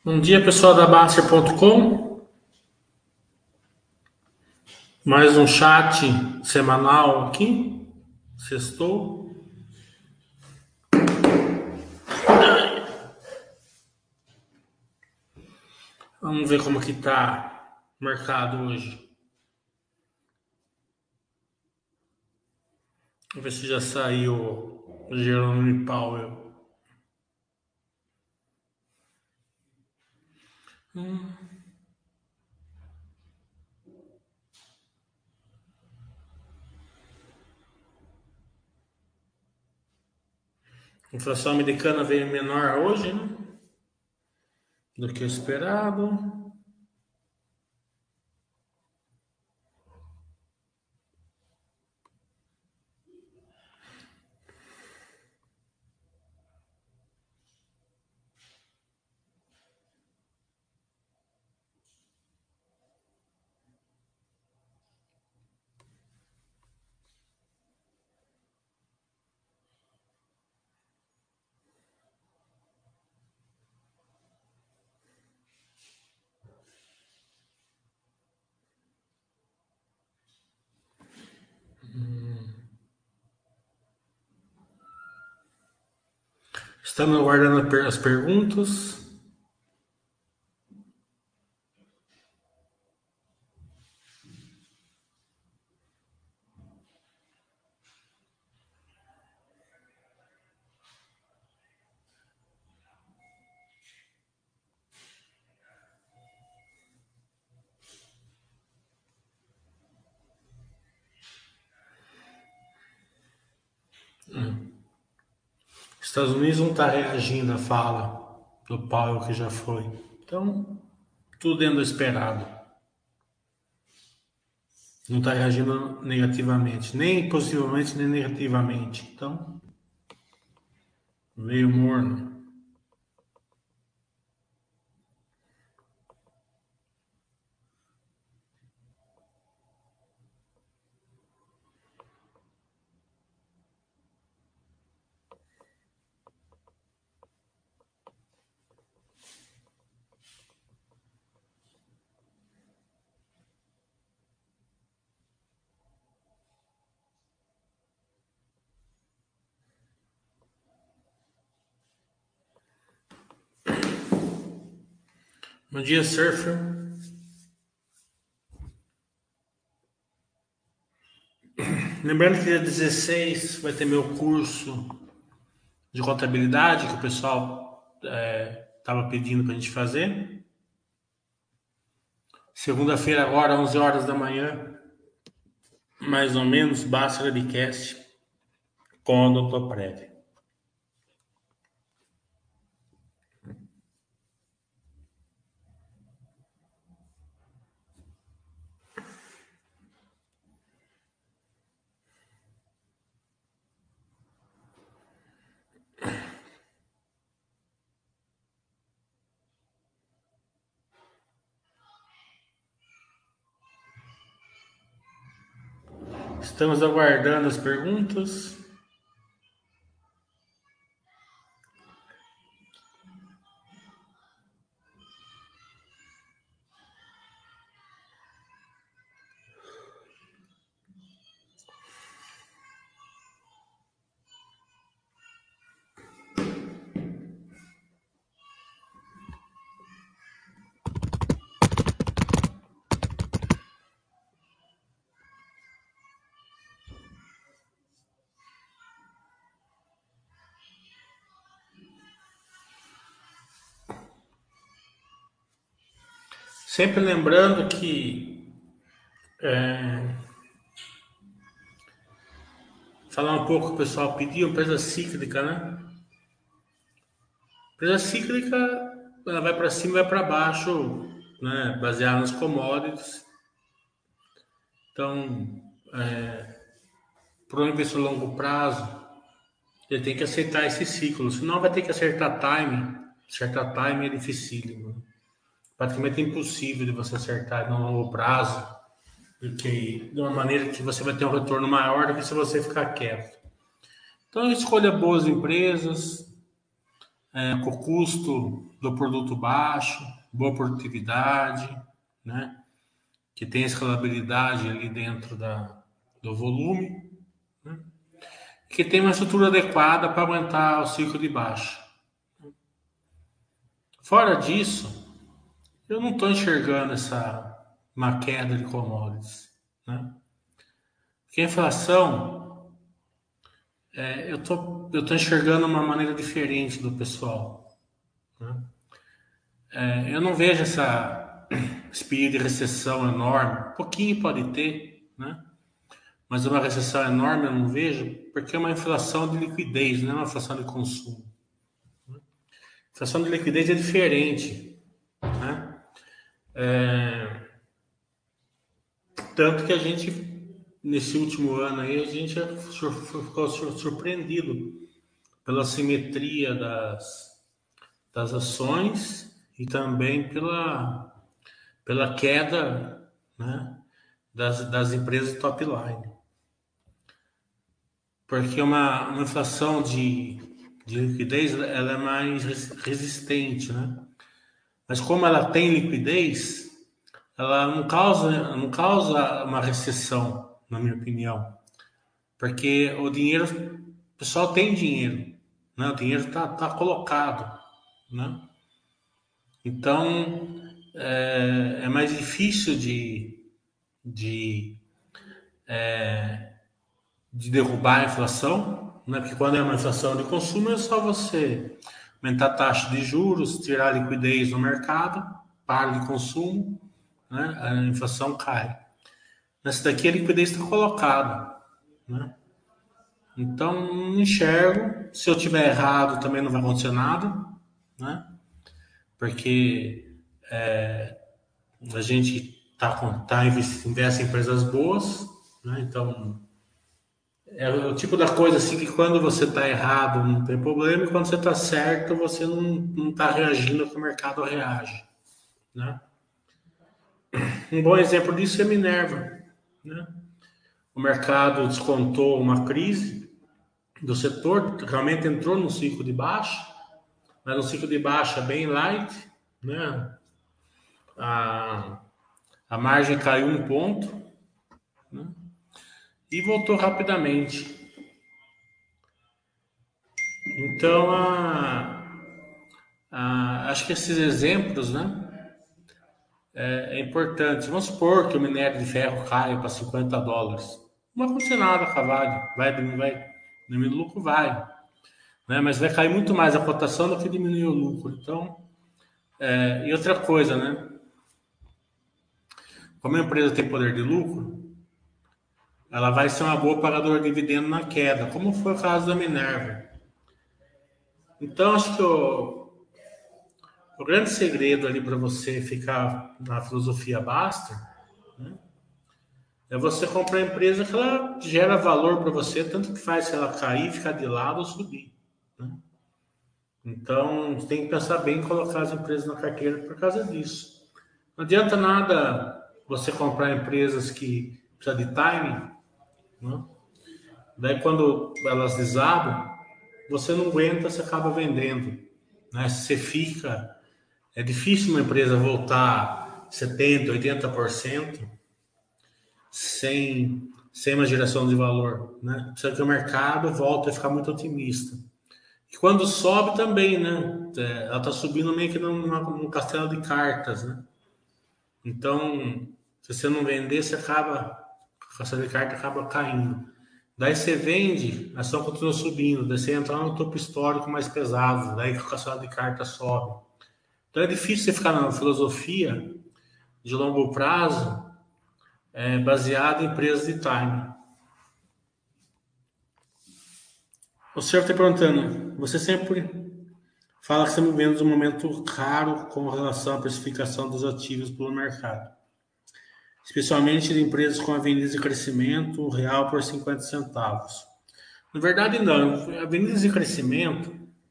Bom dia, pessoal da Baster.com. Mais um chat semanal aqui. Sextou. Vamos ver como que tá o mercado hoje. Vamos ver se já saiu o Jerome Powell. A inflação americana veio menor hoje, né, do que o esperado. Estamos aguardando as perguntas. Estados Unidos não está reagindo à fala do Powell que já foi. Então, tudo dentro do esperado. Não está reagindo negativamente, nem positivamente, nem negativamente. Então, meio morno. Bom dia, Surfer. Lembrando que dia 16 vai ter meu curso de contabilidade que o pessoal estava pedindo para a gente fazer. Segunda-feira, agora, 11 horas da manhã, mais ou menos, Basta Webcast com o Dr. Prévio. Estamos aguardando as perguntas. Sempre lembrando que falar um pouco que o pessoal pediu, empresa cíclica, né? Empresa cíclica, ela vai para cima e vai para baixo, né? Baseada nos commodities. Então, para um investidor a longo prazo, ele tem que aceitar esse ciclo, senão vai ter que acertar time. Acertar time é dificílimo, né? Praticamente impossível de você acertar no longo prazo, porque de uma maneira que você vai ter um retorno maior do que se você ficar quieto. Então, escolha boas empresas, com o custo do produto baixo, boa produtividade, né? Que tem escalabilidade ali dentro do volume, né? Que tem uma estrutura adequada para aguentar o ciclo de baixa. Fora disso, eu não estou enxergando uma queda de commodities, né? Porque a inflação, eu tô enxergando uma maneira diferente do pessoal, né? Eu não vejo esse período de recessão enorme. Um pouquinho pode ter, né? Mas uma recessão enorme eu não vejo, porque é uma inflação de liquidez, não é uma inflação de consumo. A inflação de liquidez é diferente, né? Tanto que a gente, nesse último ano aí, a gente ficou surpreendido pela simetria das ações e também pela queda, né, das empresas top line. Porque uma inflação de liquidez ela é mais resistente, né? Mas como ela tem liquidez, ela não causa uma recessão, na minha opinião. Porque o pessoal tem dinheiro, né? O dinheiro tá colocado, né? Então, é mais difícil de, de derrubar a inflação, né? Porque quando é uma inflação de consumo é só você aumentar a taxa de juros, tirar a liquidez no mercado, para de consumo, né? A inflação cai. Nessa daqui a liquidez está colocada, né? Então, não enxergo. Se eu tiver errado, também não vai acontecer nada, né? Porque a gente investe em empresas boas, né? Então, é o tipo da coisa assim que quando você está errado não tem problema e quando você está certo você não está reagindo que o mercado reage, né? Um bom exemplo disso é Minerva, né? O mercado descontou uma crise do setor, realmente entrou num ciclo de baixa, mas um ciclo de baixa bem light, né? A, a margem caiu um ponto, né? E voltou rapidamente. Então, acho que esses exemplos, né? É importante. Vamos supor que o minério de ferro caia para $50. Não vai acontecer nada com a Vale. Vai diminuir o lucro? Vai. Né? Mas vai cair muito mais a cotação do que diminuir o lucro. Então, e outra coisa, né? Como a empresa tem poder de lucro, ela vai ser uma boa pagadora de dividendo na queda, como foi o caso da Minerva. Então, acho que o grande segredo ali para você ficar na filosofia Basta é você comprar a empresa que ela gera valor para você, tanto que faz se ela cair, ficar de lado ou subir, né? Então, você tem que pensar bem em colocar as empresas na carteira por causa disso. Não adianta nada você comprar empresas que precisam de timing, né? Daí, quando elas desabam, você não aguenta, você acaba vendendo, né? Se você fica, é difícil uma empresa voltar 70%, 80% sem uma geração de valor, né? Precisa que o mercado volte a ficar muito otimista. E quando sobe também, né? Ela está subindo meio que num castelo de cartas, né? Então, se você não vender, o castelo de cartas acaba caindo. Daí você vende, a ação continua subindo, daí você entra no topo histórico mais pesado, daí o castelo de cartas sobe. Então é difícil você ficar na filosofia de longo prazo baseado em empresas de time. O senhor está perguntando, você sempre fala que estamos vivendo um momento raro com relação à precificação dos ativos pelo mercado, especialmente de empresas com avenidas de crescimento real por 50 centavos. Na verdade, não. Avenidas de crescimento,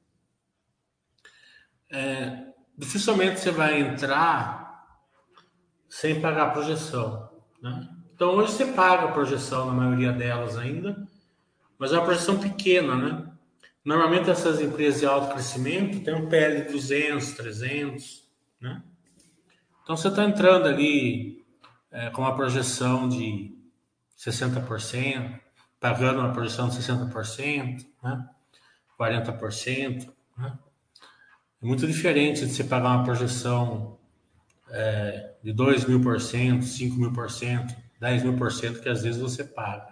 dificilmente você vai entrar sem pagar a projeção, né? Então, hoje você paga a projeção na maioria delas ainda, mas é uma projeção pequena, né? Normalmente essas empresas de alto crescimento têm um PL de 200, 300, né? Então você está entrando ali com uma projeção de 60%, pagando uma projeção de 60%, né? 40%, né? É muito diferente de você pagar uma projeção de 2.000%, 5.000%, 10.000% que às vezes você paga.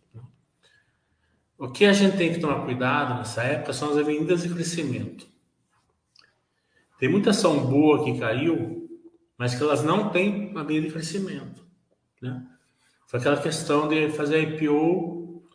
O que a gente tem que tomar cuidado nessa época são as avenidas de crescimento. Tem muita ação boa que caiu, mas que elas não têm avenida de crescimento, né? Foi aquela questão de fazer a IPO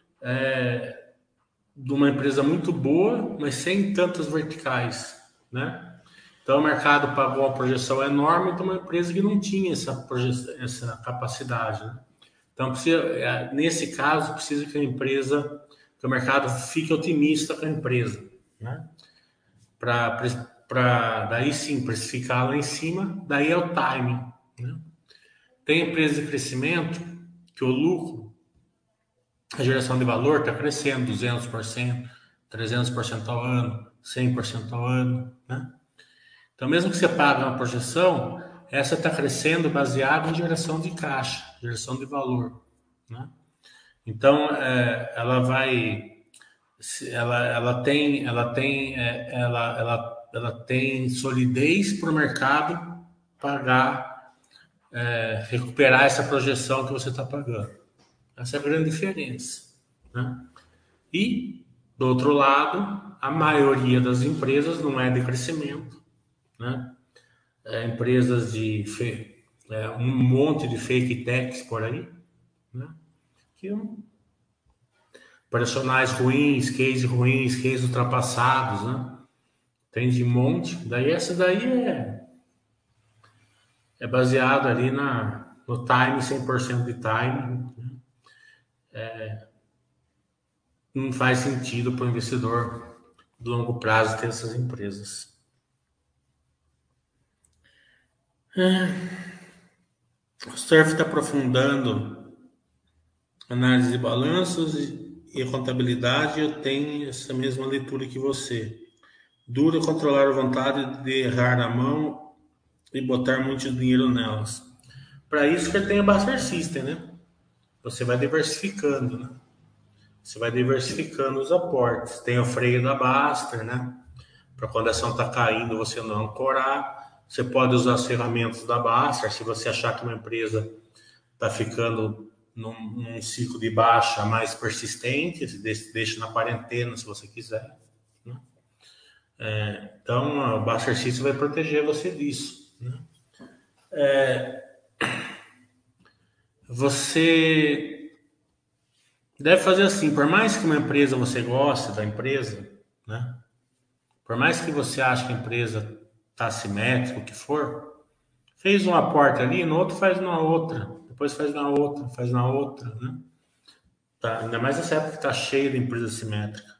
de uma empresa muito boa, mas sem tantas verticais, né? Então o mercado pagou uma projeção enorme de uma empresa que não tinha essa capacidade, né? Então, nesse caso, precisa que o mercado fique otimista com a empresa, né? Para daí sim precificar lá em cima, daí é o timing, né? Tem empresas de crescimento que o lucro, a geração de valor está crescendo 200%, 300% ao ano, 100% ao ano, né? Então, mesmo que você pague uma projeção, essa está crescendo baseada em geração de caixa, geração de valor, né? Então, ela tem solidez para o mercado pagar, recuperar essa projeção que você está pagando. Essa é a grande diferença, né? E, do outro lado, a maioria das empresas não é de crescimento, né? Empresas um monte de fake techs por aí, né? Que operacionais ruins, cases ultrapassados, né? Tem de monte. Daí essa daí é baseada ali no time, 100% de time. Não faz sentido para o investidor de longo prazo ter essas empresas. O Surf está aprofundando análise de balanços e contabilidade. Eu tenho essa mesma leitura que você. Duro controlar a vontade de errar a mão e botar muito dinheiro nelas. Para isso que tem a Buster System, né? Você vai diversificando, né? Você vai diversificando os aportes. Tem o freio da Baster, né? Para quando a ação está caindo, você não ancorar. Você pode usar as ferramentas da Baster. Se você achar que uma empresa está ficando num ciclo de baixa mais persistente, deixa na quarentena se você quiser, né? Então, o Buster System vai proteger você disso, né? Você deve fazer assim, por mais que uma empresa você goste da empresa, né? Por mais que você ache que a empresa está assimétrica, o que for, fez um aporte ali, no outro faz na outra, depois faz na outra, né? Tá, ainda mais nessa época que está cheia de empresa assimétrica.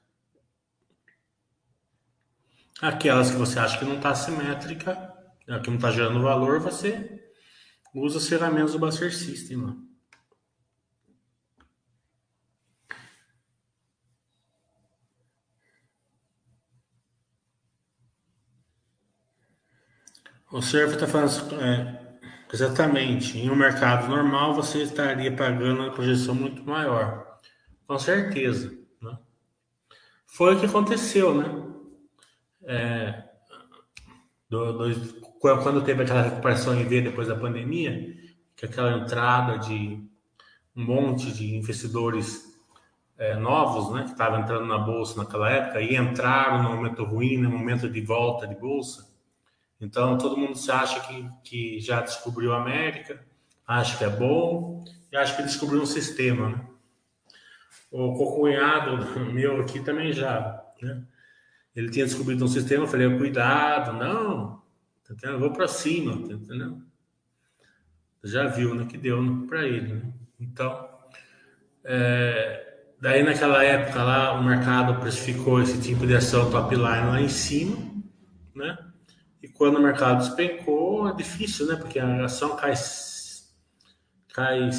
Aquelas que você acha que não está assimétrica, que não está gerando valor, você usa as ferramentas do Buster System lá. O Surf está falando exatamente. Em um mercado normal, você estaria pagando uma projeção muito maior. Com certeza, né? Foi o que aconteceu, né? Quando teve aquela recuperação em V depois da pandemia, que aquela entrada de um monte de investidores novos, né, que estavam entrando na bolsa naquela época e entraram no momento ruim, no momento de volta de bolsa. Então todo mundo se acha que já descobriu a América, acha que é bom e acha que descobriu um sistema, né? O cunhado meu aqui também já, né? Ele tinha descoberto um sistema, eu falei, cuidado, não, tá entendendo? Eu vou para cima, tá entendendo? Já viu, né, que deu para ele, né? Então, daí naquela época lá, o mercado precificou esse tipo de ação top line lá em cima, né? E quando o mercado despencou, é difícil, né? Porque a ação cai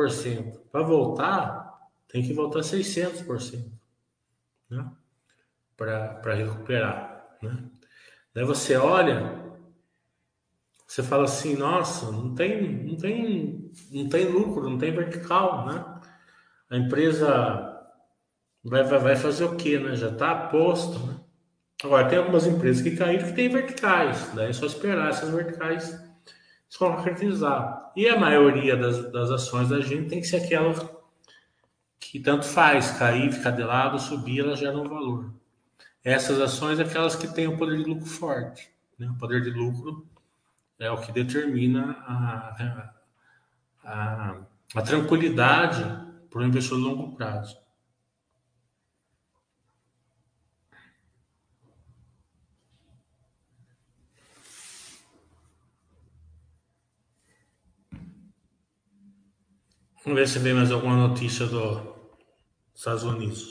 70%. Para voltar, tem que voltar 600%, né? para recuperar, né? Daí você olha, você fala assim, nossa, não tem lucro, não tem vertical, né? A empresa vai fazer o quê, né? Já está posto, né? Agora, tem algumas empresas que caíram que têm verticais, daí é só esperar essas verticais se concretizar. E a maioria das ações da gente tem que ser aquela que tanto faz, cair, ficar de lado, subir, elas geram valor. Essas ações, aquelas que têm o poder de lucro forte, né? O poder de lucro é o que determina a tranquilidade para o investidor de longo prazo. Vamos ver se vem mais alguma notícia dos Estados Unidos.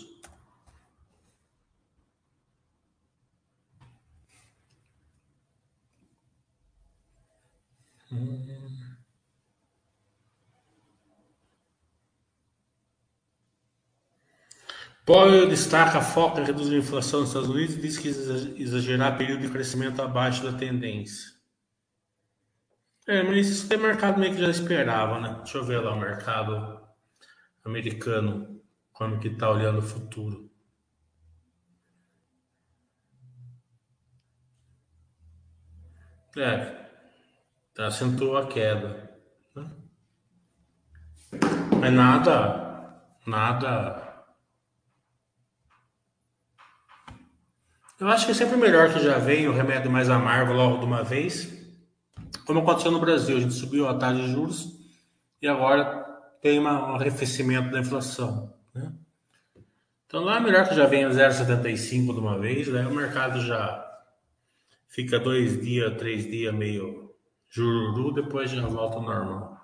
Powell destaca foco em reduzir a inflação nos Estados Unidos e diz que exagerar período de crescimento abaixo da tendência. Mas isso o mercado meio que já esperava, né? Deixa eu ver lá o mercado americano, como que tá olhando o futuro. É, acentuou a queda, né? Mas nada. Eu acho que é sempre melhor que já venha o remédio mais amargo logo de uma vez, como aconteceu no Brasil. A gente subiu a taxa de juros e agora tem um arrefecimento da inflação, né? Então lá é melhor que já venha 0,75 de uma vez, daí o mercado já fica 2 dias, 3 dias meio jururu, depois já volta ao normal.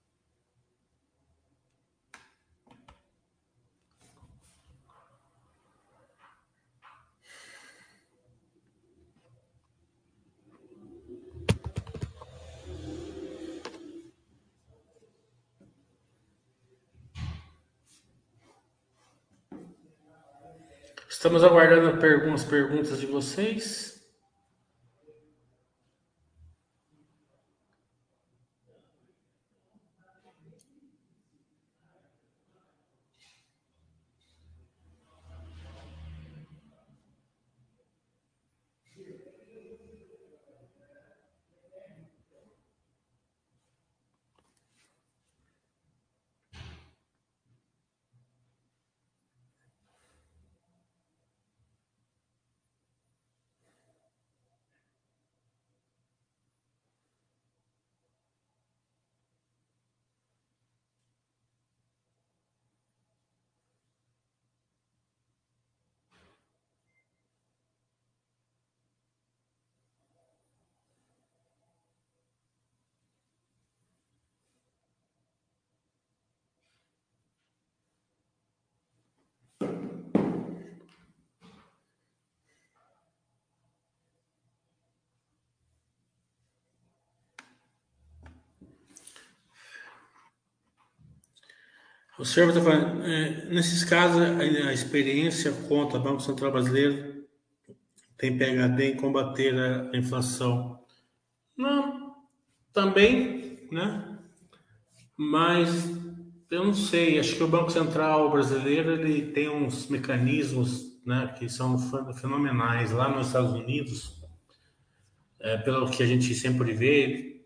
Estamos aguardando algumas perguntas de vocês. O senhor está falando, nesses casos, a experiência conta, o Banco Central Brasileiro tem PhD em combater a inflação. Não, também, né? Mas eu não sei, acho que o Banco Central Brasileiro ele tem uns mecanismos, né, que são fenomenais lá nos Estados Unidos, pelo que a gente sempre vê,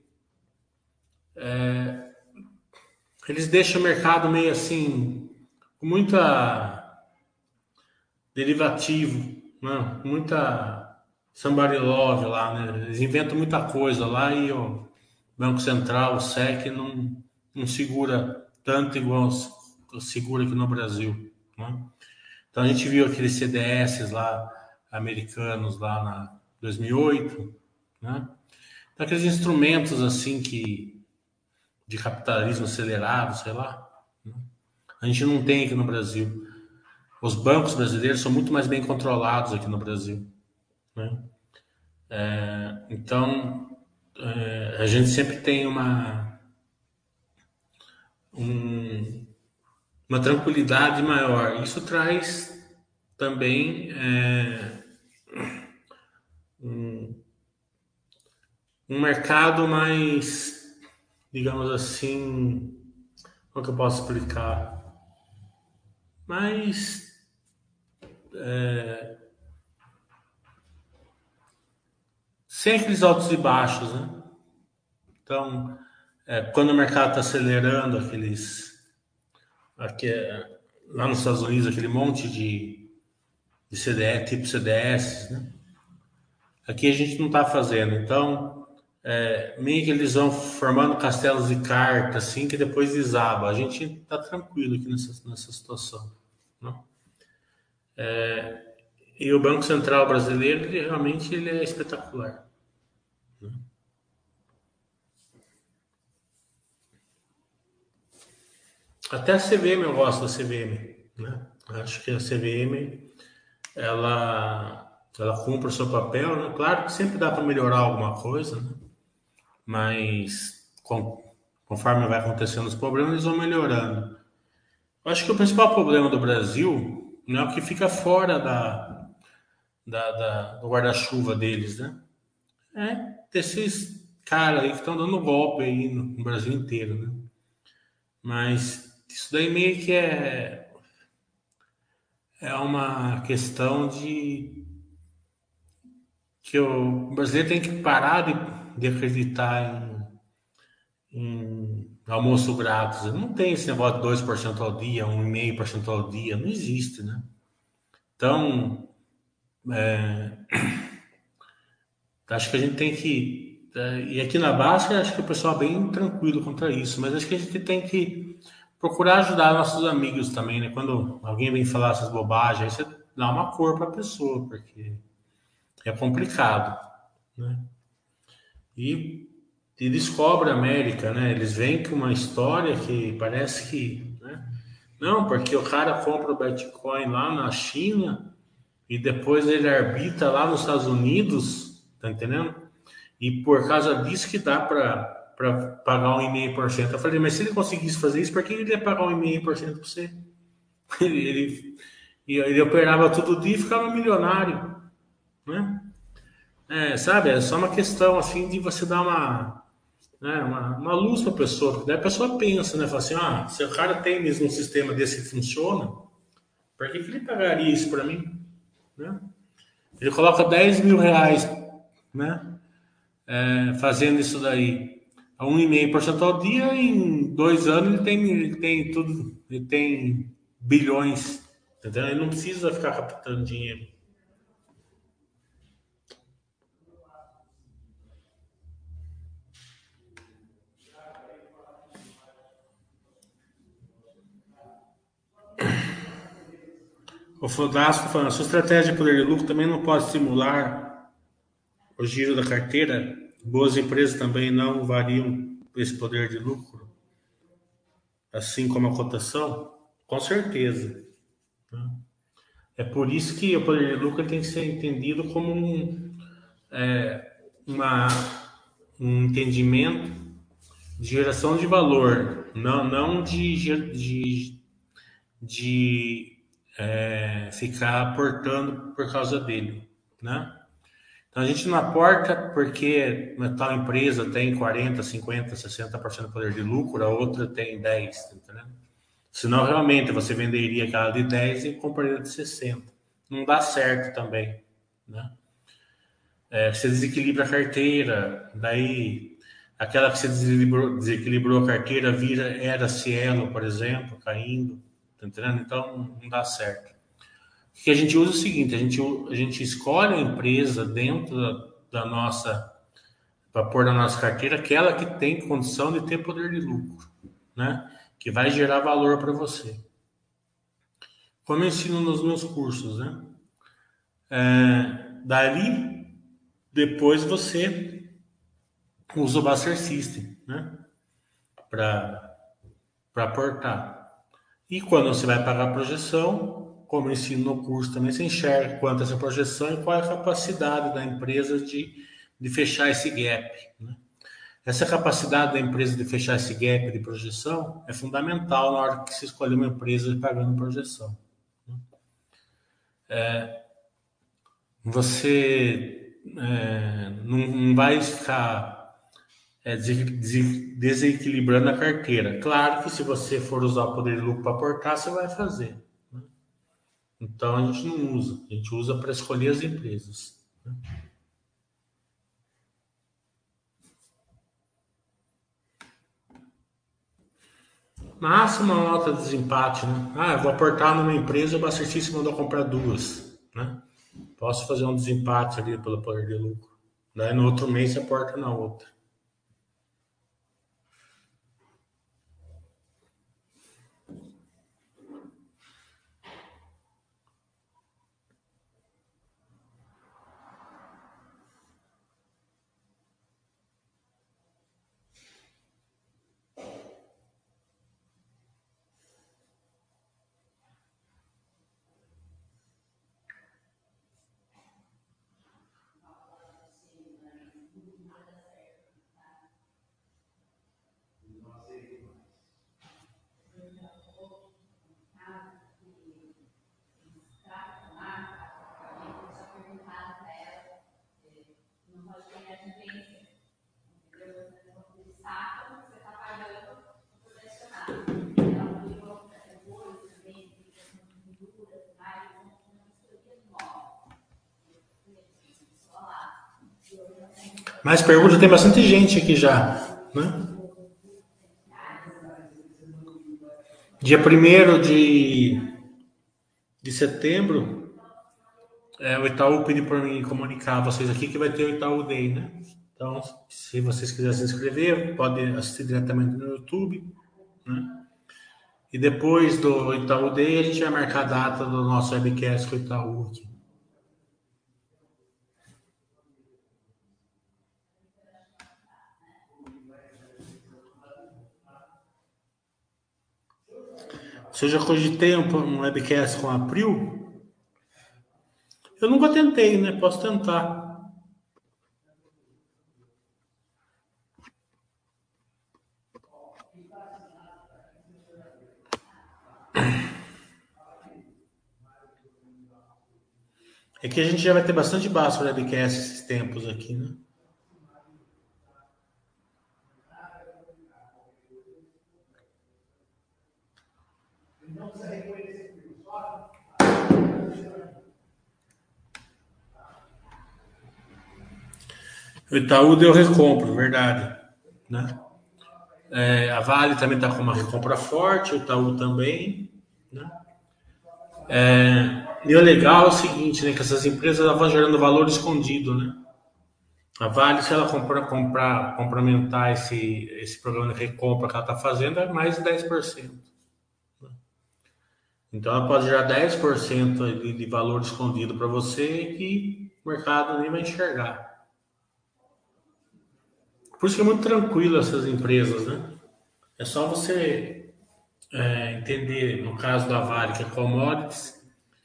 eles deixam o mercado meio assim, com muita derivativo, né? Muita somebody love lá, né? Eles inventam muita coisa lá e o Banco Central, o SEC, não segura tanto igual segura aqui no Brasil, né? Então a gente viu aqueles CDS lá, americanos lá na 2008, né? Então, aqueles instrumentos assim de capitalismo acelerado, sei lá, a gente não tem aqui no Brasil. Os bancos brasileiros são muito mais bem controlados aqui no Brasil, né? Então, a gente sempre tem um- uma tranquilidade maior. Isso traz também um mercado mais, digamos assim, como que eu posso explicar? Mais sem aqueles altos e baixos, né? Então, quando o mercado está acelerando aqui, lá nos Estados Unidos, aquele monte de CDS, tipo CDS, né? Aqui a gente não está fazendo. Então, meio que eles vão formando castelos de carta, assim, que depois desaba. A gente está tranquilo aqui nessa situação, né? E o Banco Central brasileiro, ele é espetacular. Até a CVM eu gosto da CVM, né? Acho que a CVM ela cumpre o seu papel, né? Claro que sempre dá para melhorar alguma coisa, né? Mas conforme vai acontecendo os problemas, eles vão melhorando. Eu acho que o principal problema do Brasil não é o que fica fora do guarda-chuva deles, né? É desses caras aí que estão dando golpe aí no Brasil inteiro, né? Mas isso daí meio que é uma questão de que o brasileiro tem que parar de acreditar em almoço grátis. Não tem esse negócio de 2% ao dia, 1,5% ao dia, não existe, né? Então, acho que a gente tem que. E aqui na Baixa, acho que o pessoal é bem tranquilo contra isso, mas acho que a gente tem que procurar ajudar nossos amigos também, né? Quando alguém vem falar essas bobagens, aí você dá uma cor para a pessoa, porque é complicado, né? E, e descobre a América, né? Eles vêm com uma história que parece que, né? Não, porque o cara compra o Bitcoin lá na China e depois ele arbitra lá nos Estados Unidos, tá entendendo? E por causa disso que dá para pagar 1,5%. Eu falei, mas se ele conseguisse fazer isso, por que ele ia pagar 1,5% para você? Ele, ele operava todo dia e ficava milionário, né? Sabe, é só uma questão assim de você dar uma luz para a pessoa, porque daí a pessoa pensa, né? Fala assim, se o cara tem mesmo um sistema desse que funciona, por que ele pagaria isso para mim? Né? Ele coloca 10 mil reais, né? Fazendo isso daí a 1,5% ao dia, em 2 anos ele tem tudo, ele tem bilhões, entendeu? Ele não precisa ficar captando dinheiro. O Fodasco falando, a sua estratégia de poder de lucro também não pode simular o giro da carteira. Boas empresas também não variam esse poder de lucro, assim como a cotação? Com certeza. É por isso que o poder de lucro tem que ser entendido como uma, um entendimento de geração de valor, não de ficar aportando por causa dele, né? Então a gente não aporta porque tal empresa tem 40, 50, 60% de poder de lucro, a outra tem 10, tá entendendo? Senão realmente você venderia aquela de 10 e compraria de 60. Não dá certo também, né? Você desequilibra a carteira, daí aquela que você desequilibrou a carteira vira era Cielo, por exemplo, caindo, tá entendendo? Então não dá certo. O que a gente usa é o seguinte, a gente escolhe a empresa dentro da nossa, para pôr na nossa carteira, aquela que tem condição de ter poder de lucro, né? Que vai gerar valor para você. Como eu ensino nos meus cursos, né? Dali, depois você usa o Buster System, né? Para aportar. E quando você vai pagar a projeção, como eu ensino no curso também, você enxerga quanto é essa projeção e qual é a capacidade da empresa de fechar esse gap, né? Essa capacidade da empresa de fechar esse gap de projeção é fundamental na hora que você escolher uma empresa pagando projeção. você não vai ficar desequilibrando a carteira. Claro que se você for usar o poder de lucro para aportar, você vai fazer. Então a gente não usa, a gente usa para escolher as empresas. Máxima nota de desempate, né? Ah, eu vou aportar numa empresa, o Bacertice mandou comprar duas, né? Posso fazer um desempate ali pelo poder de lucro. Daí no outro mês você aporta na outra. Mais perguntas, tem bastante gente aqui já, né? Dia 1º de setembro, o Itaú pediu para mim comunicar a vocês aqui que vai ter o Itaú Day, né? Então, se vocês quiserem se inscrever, pode assistir diretamente no YouTube, né? E depois do Itaú Day, a gente vai marcar a data do nosso webcast com o Itaú aqui. Se eu já cogitei um webcast com a April, eu nunca tentei, né? Posso tentar. É que a gente já vai ter bastante base para webcast esses tempos aqui, né? O Itaú deu recompra, verdade, né? A Vale também está com uma recompra forte, o Itaú também, né? E o legal é o seguinte, né? Que essas empresas elas vão gerando valor escondido, né? A Vale, se ela complementar esse programa de recompra que ela está fazendo, é mais de 10%. Então ela pode gerar 10% de valor escondido para você que o mercado nem vai enxergar. Por isso que é muito tranquilo essas empresas, né? É só você entender, no caso da Vale, que é commodities,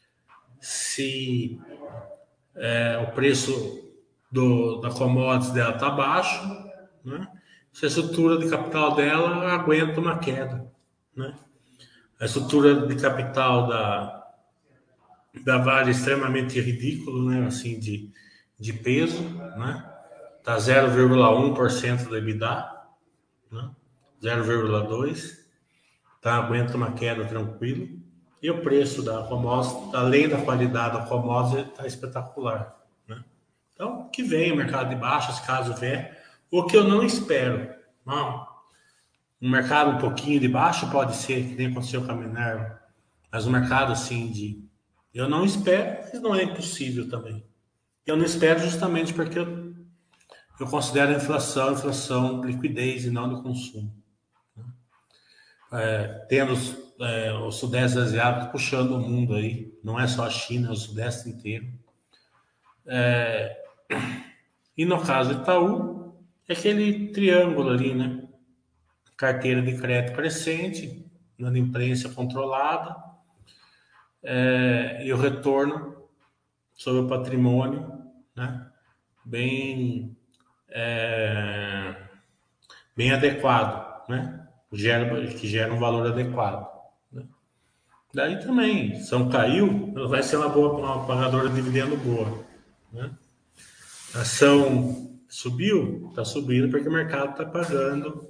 se o preço da commodities dela está baixo, né? Se a estrutura de capital dela aguenta uma queda, né? A estrutura de capital da Vale é extremamente ridículo, né? Assim, de peso, né? Tá 0,1% do EBITDA, né? 0,2%. Tá, aguenta uma queda tranquilo. E o preço da commodity, além da qualidade da commodity, está espetacular, né? Então, que venha o mercado de baixas, caso venha. O que eu não espero, não. Um mercado um pouquinho de baixo pode ser, que nem aconteceu com a Minerva, mas um mercado assim de. Eu não espero, mas não é impossível também. Eu não espero justamente porque eu considero a inflação liquidez e não de consumo. Tendo o Sudeste Asiático puxando o mundo aí, não é só a China, é o Sudeste inteiro. E no caso do Itaú, é aquele triângulo ali, né? Carteira de crédito crescente, inadimplência controlada, e o retorno sobre o patrimônio, né? Bem, é, bem adequado, né? Que gera um valor adequado, né? Daí também, se não caiu, ela vai ser uma pagadora de dividendo boa, né? A ação subiu, está subindo porque o mercado está pagando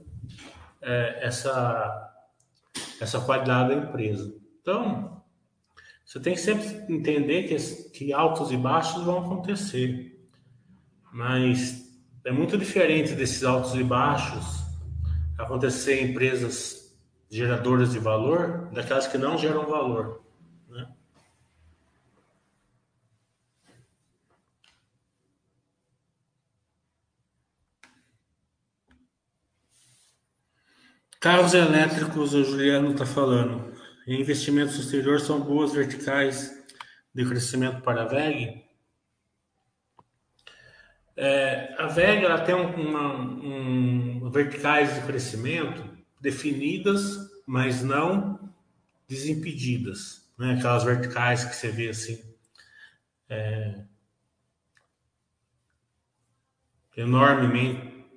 essa qualidade da empresa. Então, você tem que sempre entender que altos e baixos vão acontecer, mas é muito diferente desses altos e baixos acontecer em empresas geradoras de valor daquelas que não geram valor, né? Carros elétricos, o Juliano está falando. Em investimentos exteriores são boas verticais de crescimento para a VEG. A VEG ela tem verticais de crescimento definidas, mas não desimpedidas, né? Aquelas verticais que você vê assim, enormemente,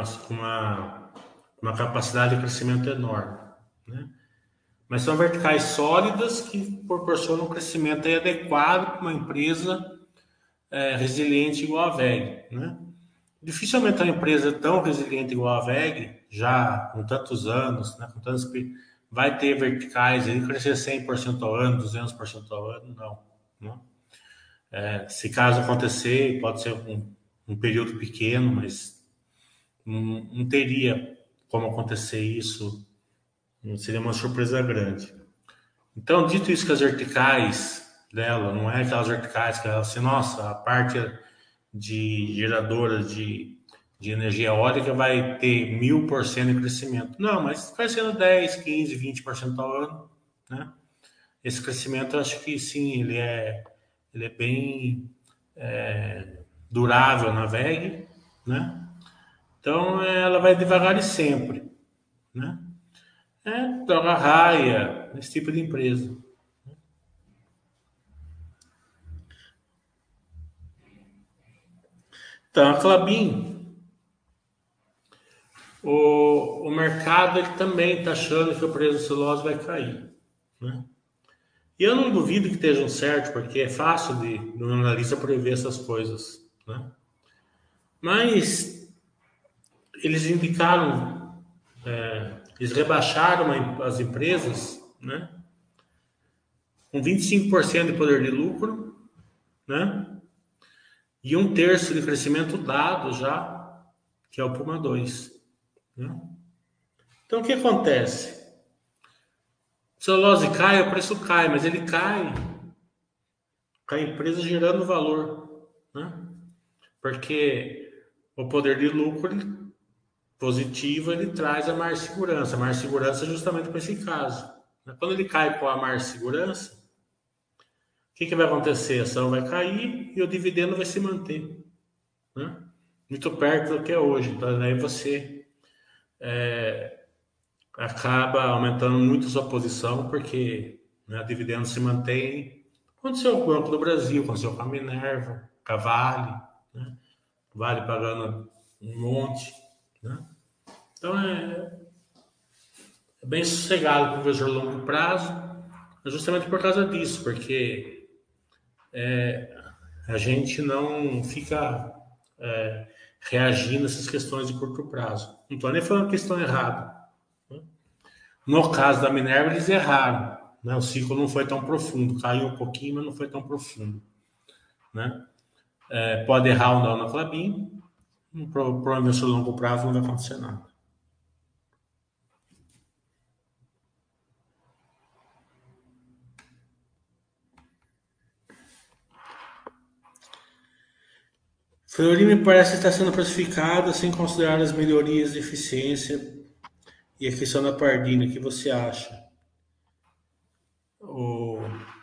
uma capacidade de crescimento enorme, né? Mas são verticais sólidas que proporcionam um crescimento adequado para uma empresa resiliente igual a VEG, né? Dificilmente uma empresa tão resiliente igual a VEG, já com tantos anos, né, vai ter verticais e crescer 100% ao ano, 200% ao ano, não. Não. Se caso acontecer, pode ser um período pequeno, mas não teria como acontecer isso, não seria uma surpresa grande. Então, dito isso que as verticais dela, não é aquelas verticais que ela assim, nossa, a parte de geradoras de energia eólica vai ter 1000% de crescimento. Não, mas crescendo 10, 15, 20% ao ano, né? Esse crescimento, eu acho que sim, ele é bem durável na VEG, né? Então, ela vai devagar e sempre, né? Droga raia, esse tipo de empresa. Então, a Clabin, o mercado ele também está achando que o preço da celulose vai cair, né? E eu não duvido que estejam certo, porque é fácil de um analista prever essas coisas, né? Mas eles indicaram, eles rebaixaram as empresas, né? Com 25% de poder de lucro, né? E um terço de crescimento dado já, que é o Puma 2, né? Então o que acontece? Se a celulose cai, o preço cai, mas ele cai com a empresa gerando valor, né? Porque o poder de lucro positivo ele traz a mais segurança. A mais segurança é justamente para esse caso. Quando ele cai com a mais segurança, o que vai acontecer? A ação vai cair e o dividendo vai se manter, né? Muito perto do que é hoje. Então, aí você acaba aumentando muito sua posição, porque, né, o dividendo se mantém. Aconteceu com o Banco do Brasil, aconteceu com a Minerva, com a Vale, né? Vale pagando um monte, né? Então é bem sossegado para o investidor a longo prazo, justamente por causa disso, porque a gente não fica reagindo a essas questões de curto prazo. Não estou nem falando questão errada. No caso da Minerva, eles erraram. Né? O ciclo não foi tão profundo, caiu um pouquinho, mas não foi tão profundo. Né? Pode errar ou não na Clabin, provavelmente a longo prazo não vai acontecer nada. Fleury me parece estar sendo precificada sem considerar as melhorias de eficiência e a questão da Pardini. O que você acha? O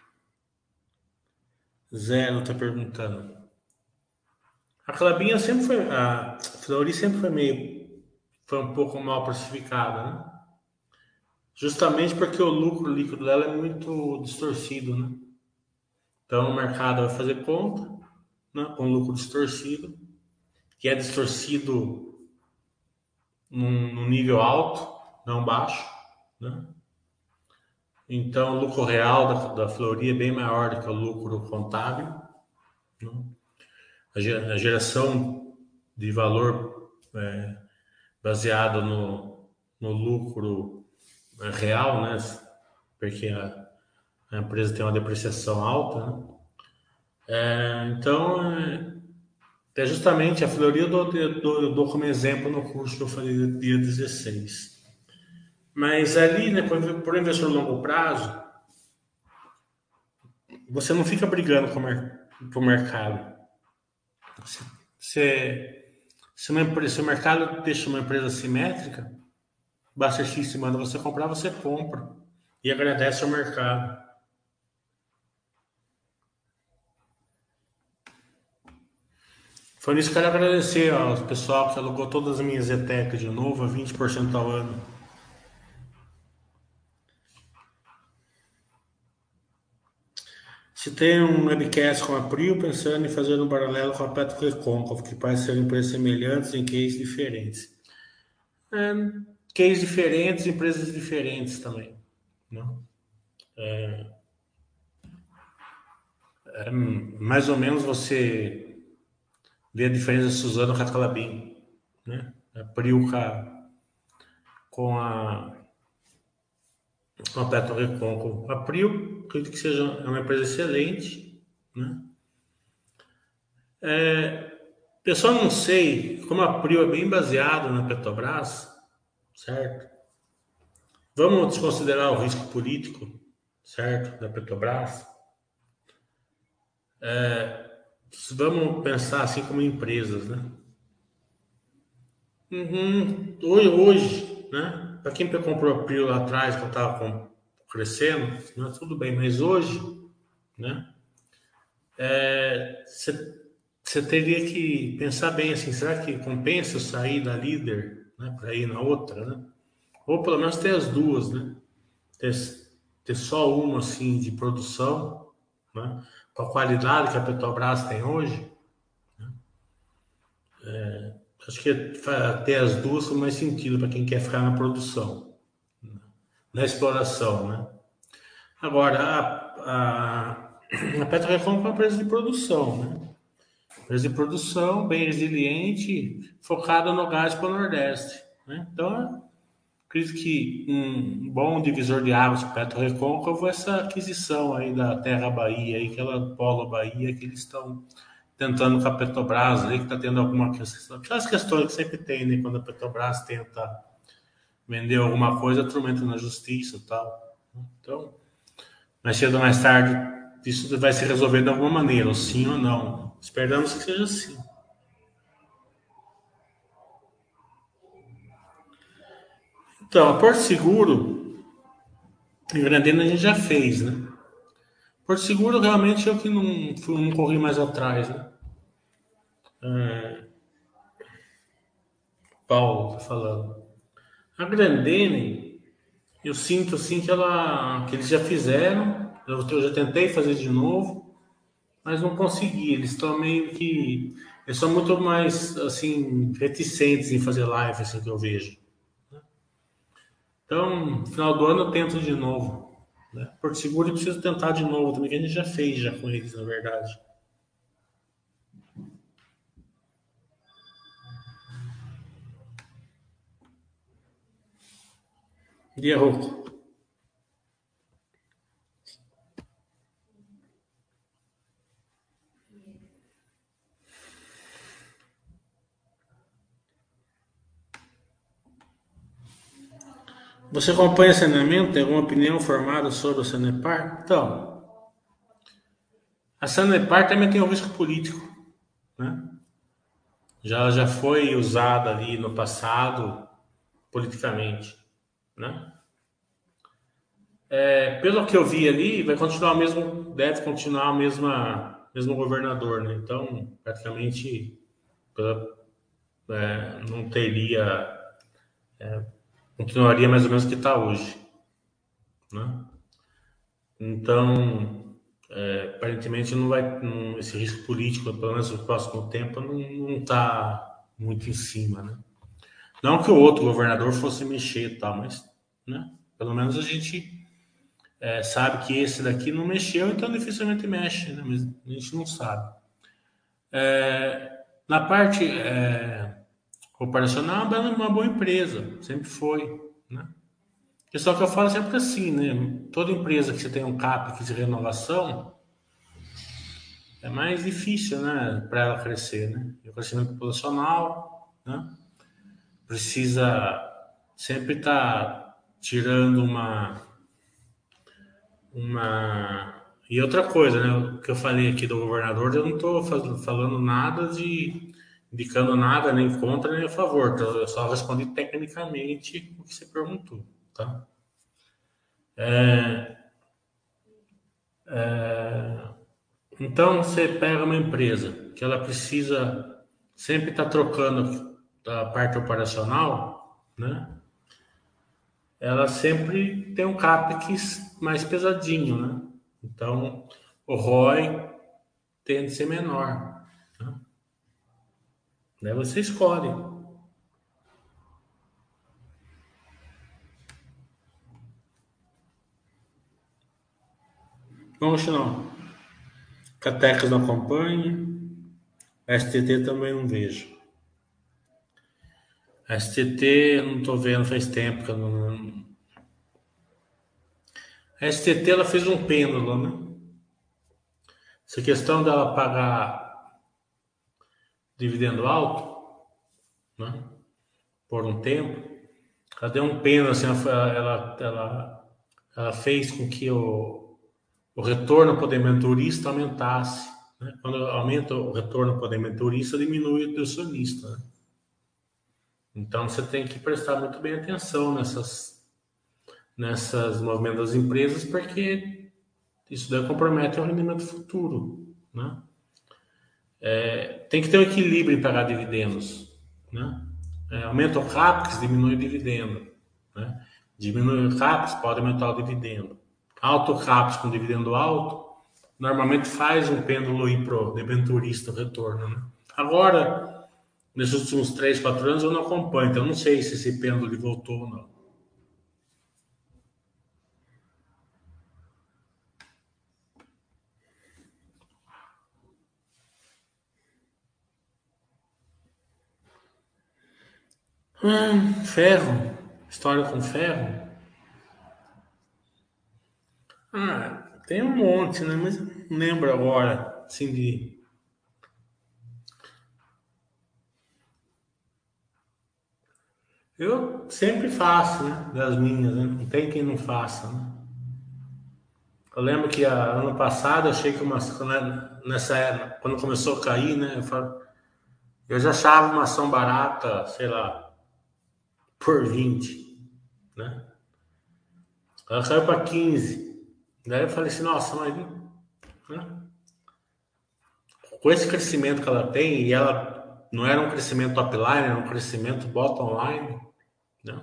Zero está perguntando. A Clabinha sempre foi. A Fleury sempre foi meio. Foi um pouco mal precificada, né? Justamente porque o lucro líquido dela é muito distorcido, né? Então o mercado vai fazer conta, né, com lucro distorcido, que é distorcido num nível alto, não baixo, né? Então, o lucro real da Fleury é bem maior do que o lucro contábil, né? A geração de valor baseado no lucro real, né? Porque a empresa tem uma depreciação alta, né? Então, é justamente a Fleury eu dou como exemplo no curso que eu falei do dia 16. Mas ali, né, por investidor a longo prazo, você não fica brigando com o mercado. Você, se o mercado deixa uma empresa simétrica, basta X manda você comprar, você compra. E agradece ao mercado. Foi nisso que eu quero agradecer ao pessoal que alugou todas as minhas ETECs de novo a 20% ao ano. Se tem um webcast com a Prio, pensando em fazer um paralelo com a Petro Recôncavo, que parece ser empresas semelhantes em cases diferentes. É, cases diferentes, empresas diferentes também. Não? Mais ou menos você vê a diferença de Suzano com a Calabim, né? A Prio com a Petro Recôncavo. A Prio, acredito que seja uma empresa excelente, né? Eu só não sei, como a Prio é bem baseada na Petrobras, certo? Vamos desconsiderar o risco político, certo, da Petrobras. Vamos pensar assim como empresas, né? Uhum. Hoje, né? Para quem comprou a Prio lá atrás, que eu estava crescendo, né? Tudo bem, mas hoje, né? Você teria que pensar bem assim, será que compensa eu sair da líder, né, para ir na outra, né? Ou pelo menos ter as duas, né? Ter, ter só uma assim de produção, né? Com a qualidade que a Petrobras tem hoje, acho que ter as duas faz mais sentido para quem quer ficar na produção, na exploração, né? Agora, a Petrocom é uma empresa de produção, né? Empresa de produção, bem resiliente, focada no gás para o Nordeste, né? Então, acredito que um bom divisor de águas para o Petro-Recôncavo é essa aquisição aí da Terra Bahia, aí, aquela Polo Bahia que eles estão tentando com a Petrobras, aí, que está tendo alguma questão. Aquelas questões que sempre tem, né? Quando a Petrobras tenta vender alguma coisa, a turma entra na justiça e tal. Então, mais cedo ou mais tarde, isso vai se resolver de alguma maneira, ou sim ou não. Esperamos que seja assim. Então, a Porto Seguro, em Grandena a gente já fez, né? Porto Seguro realmente eu que não corri mais atrás, né? Paulo tá falando. A Grandene, eu sinto assim que eles já fizeram, eu já tentei fazer de novo, mas não consegui. Eles estão meio que. Eles são muito mais, assim, reticentes em fazer live, assim, que eu vejo. Então, no final do ano eu tento de novo. Né? Porto Seguro eu preciso tentar de novo também, que a gente já fez já com eles, na verdade. Dia Rocco. Você acompanha saneamento? Tem alguma opinião formada sobre o Sanepar? Então, a Sanepar também tem um risco político, né? Já foi usada ali no passado politicamente, né? Pelo que eu vi ali, vai continuar o mesmo, deve continuar o mesmo governador, né? Então, praticamente não teria, continuaria mais ou menos o que está hoje, né? Então, aparentemente não vai, esse risco político, pelo menos no próximo tempo, não está muito em cima, né? Não que o outro governador fosse mexer e tal, mas, né? Pelo menos a gente sabe que esse daqui não mexeu, então dificilmente mexe, né? Mas a gente não sabe. Na parte operacional, a Bela é uma boa empresa, sempre foi, né? E só que eu falo sempre assim, né? Toda empresa que você tem um CAPEX de renovação, é mais difícil, né, para ela crescer, né? E o crescimento populacional, né? Precisa sempre estar tirando uma. E outra coisa, né? O que eu falei aqui do governador, eu não estou falando nada de indicando nada nem contra nem a favor. Então, eu só respondi tecnicamente o que você perguntou, tá? Então você pega uma empresa que ela precisa sempre estar trocando a parte operacional, né? Ela sempre tem um CAPEX mais pesadinho, né? Então o ROI tende a ser menor, né? Daí você escolhe. Vamos não. Catecas não acompanha. STT também não vejo. STT eu não estou vendo faz tempo que eu não. A STT ela fez um pêndulo, né? Essa questão dela pagar dividendo alto, né? Por um tempo, ela deu um pêndulo, assim, ela fez com que o retorno para o debenturista aumentasse, né? Quando aumenta o retorno para o debenturista, diminui o do acionista, né? Então você tem que prestar muito bem atenção nessas movimentos das empresas, porque isso daí compromete o rendimento futuro, né? Tem que ter um equilíbrio em pagar dividendos, né? Aumenta o CAPEX, diminui o dividendo, né? Diminui o CAPEX, pode aumentar o dividendo. Alto CAPEX com dividendo alto, normalmente faz um pêndulo ir pro debenturista o retorno, né? Agora, nesses últimos 3, 4 anos eu não acompanho, então eu não sei se esse pêndulo voltou ou não. Ferro, história com ferro. Tem um monte, né? Mas eu não lembro agora, assim, de. Eu sempre faço, né? Das minhas, né? Não tem quem não faça, né? Eu lembro que ano passado eu achei que nessa época, quando começou a cair, né? Eu já achava uma ação barata, sei lá, por 20, né? Ela saiu para 15. Daí eu falei assim, nossa, mas né? Com esse crescimento que ela tem, e ela não era um crescimento top line, era um crescimento bottom line, né?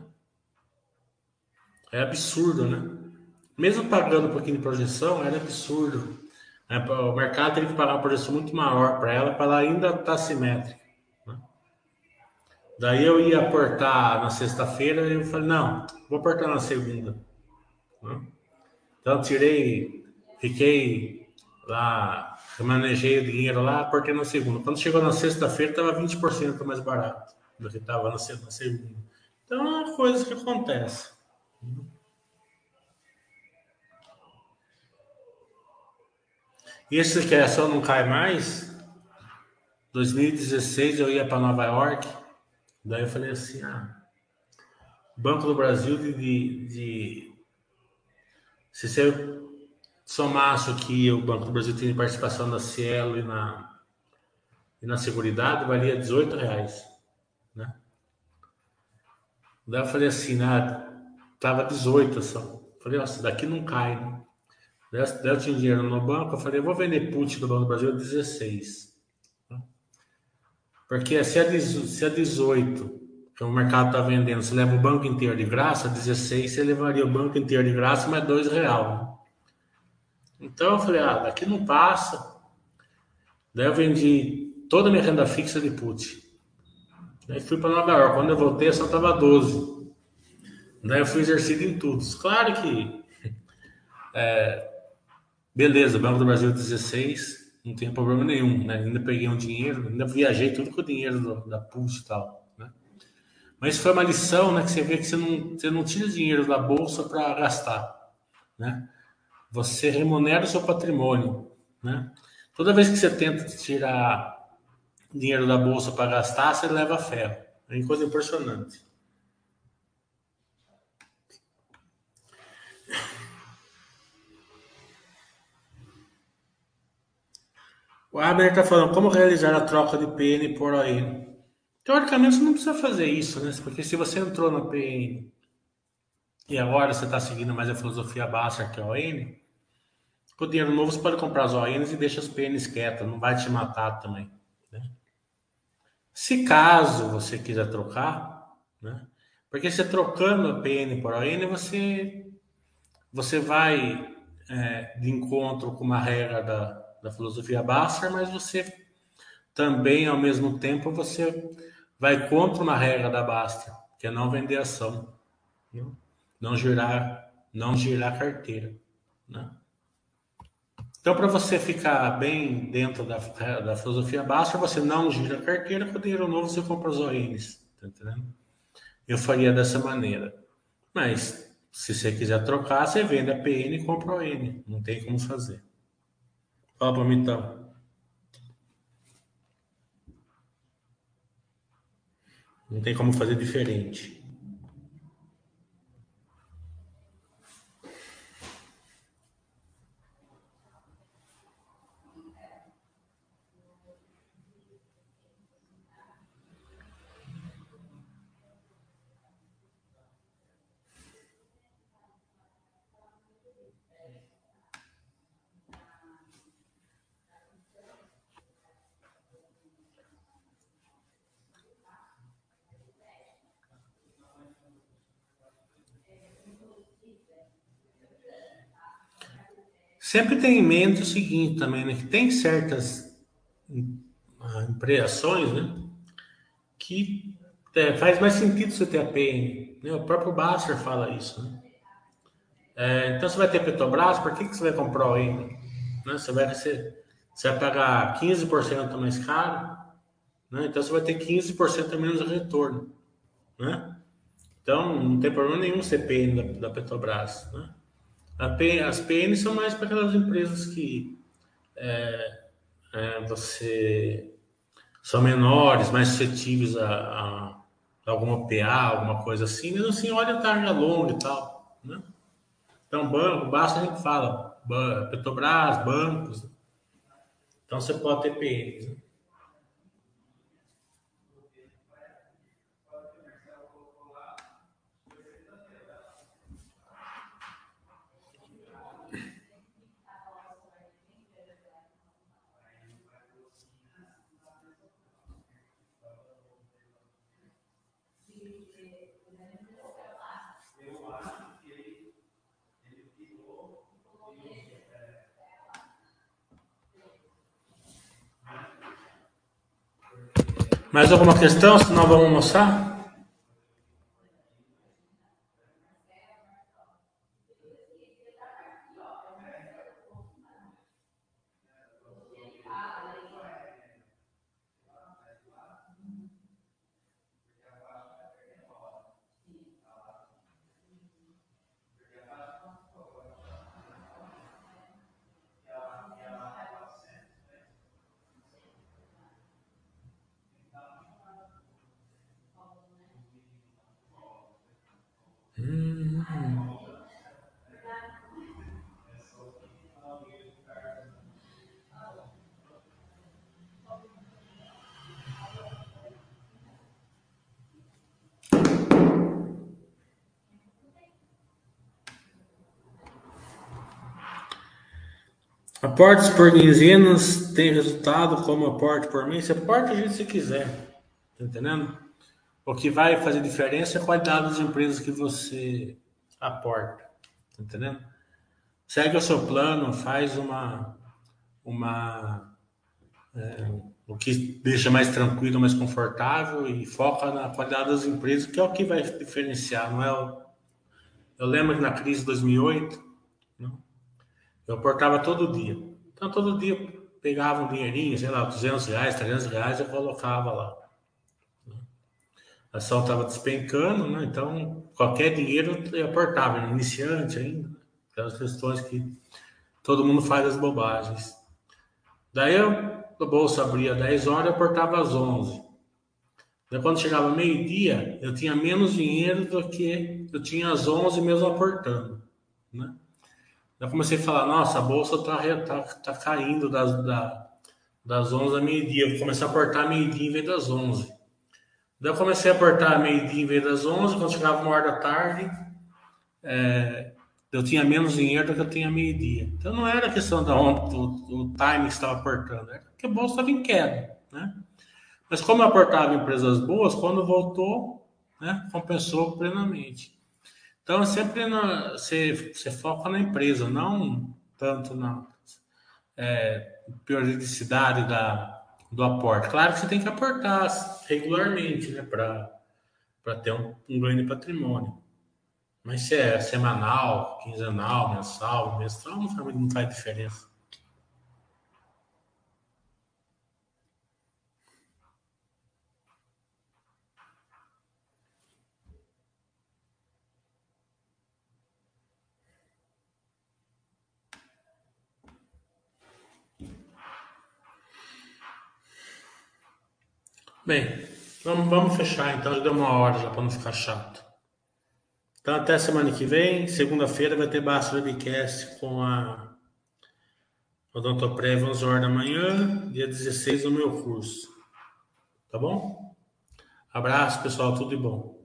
É absurdo, né? Mesmo pagando um pouquinho de projeção, era absurdo. O mercado teve que pagar uma projeção muito maior para ela ainda estar simétrica, né? Daí eu ia aportar na sexta-feira e eu falei, não, vou aportar na segunda, né? Então eu fiquei lá, manejei o dinheiro lá, aportei na segunda. Quando chegou na sexta-feira, estava 20% mais barato do que estava na segunda. Então é uma coisa que acontece. E esse que a ação não cai mais, 2016 eu ia para Nova York, daí eu falei assim, Banco do Brasil se você somasse o que o Banco do Brasil tem de participação na Cielo e na Seguridade, valia R$ 18, né? Daí eu falei assim, tava 18 ação. Falei, nossa, daqui não cai, né? Daí eu tinha dinheiro no banco, eu falei, eu vou vender put do Banco do Brasil a 16. Porque se a 18 que o mercado está vendendo, você leva o banco inteiro de graça, 16 você levaria o banco inteiro de graça, mais R$ 2, né? Então eu falei, daqui não passa. Daí eu vendi toda a minha renda fixa de put. Daí fui para Nova York. Quando eu voltei, só estava 12. Daí eu fui exercido em tudo. Claro que Beleza, Banco do Brasil 16, não tem problema nenhum, né? Ainda peguei um dinheiro, ainda viajei tudo com o dinheiro da Pulse e tal, né? Mas foi uma lição, né? Que você vê que você não tira dinheiro da bolsa para gastar, né? Você remunera o seu patrimônio, né? Toda vez que você tenta tirar dinheiro da bolsa para gastar, você leva ferro. É uma coisa impressionante. O Abner está falando como realizar a troca de PN por ON. Teoricamente, você não precisa fazer isso, né? Porque se você entrou na PN e agora você está seguindo mais a filosofia básica que é a ON, com o dinheiro novo você pode comprar as ONs e deixa as PNs quietas, não vai te matar também, né? Se caso você quiser trocar, né? Porque você trocando a PN por ON, você vai de encontro com uma regra da filosofia Basser, mas você também, ao mesmo tempo, você vai contra uma regra da Bastter, que é não vender ação, né? Não girar carteira, né? Então, para você ficar bem dentro da filosofia Bastter, você não gira a carteira, com o dinheiro novo você compra os ONs, tá entendendo? Eu faria dessa maneira. Mas, se você quiser trocar, você vende a PN e compra o ON. Não tem como fazer. Fala para mim então. Não tem como fazer diferente. Sempre tem em mente o seguinte também, né? Que tem certas ações, né? Que faz mais sentido você ter a PN, né? O próprio Basser fala isso, né? Então você vai ter Petrobras, por que você vai comprar o N? Né? Você vai pagar 15% mais caro, né? Então você vai ter 15% menos de retorno, né? Então não tem problema nenhum ser PN da Petrobras, né? As PNs são mais para aquelas empresas que você são menores, mais suscetíveis a alguma PA, alguma coisa assim, mas assim, olha a tarja longa e tal, né? Então, banco, basta a gente fala, Petrobras, bancos, então você pode ter PNs, né? Mais alguma questão? Senão vamos almoçar? Aportes por quinzenas tem resultado como aporte por mês? Você aporta do jeito que você quiser, tá entendendo? O que vai fazer diferença é a qualidade das empresas que você aporta, tá entendendo? Segue o seu plano, faz uma o que deixa mais tranquilo, mais confortável e foca na qualidade das empresas, que é o que vai diferenciar, não é eu lembro que na crise de 2008, né? Eu aportava todo dia. Então, todo dia eu pegava um dinheirinho, sei lá, R$ 200, R$ 300, eu colocava lá. A ação estava despencando, né? Então, qualquer dinheiro eu aportava, né? Iniciante ainda. Aquelas questões que todo mundo faz as bobagens. Daí a bolsa abria 10 horas, eu aportava às 11. Daí quando chegava meio-dia, eu tinha menos dinheiro do que eu tinha às 11 mesmo aportando, né? Daí eu comecei a falar, nossa, a bolsa tá caindo das 11 a meio-dia. Eu vou começar a aportar meio-dia em vez das 11. Daí eu comecei a aportar meio-dia em vez das 11. Quando chegava 1 hora da tarde, eu tinha menos dinheiro do que eu tinha meio-dia. Então não era questão do time que estava aportando, era porque a bolsa estava em queda, né? Mas como eu aportava em empresas boas, quando voltou, né, compensou plenamente. Então, sempre você foca na empresa, não tanto na periodicidade do aporte. Claro que você tem que aportar regularmente, né, para ter um ganho de patrimônio. Mas se é semanal, quinzenal, mensal, mestral, não faz diferença. Bem, vamos fechar então, já deu 1 hora já para não ficar chato. Então, até semana que vem, segunda-feira, vai ter Basta Webcast com a Odontoprev, 11 horas da manhã, dia 16 no meu curso. Tá bom? Abraço, pessoal, tudo de bom.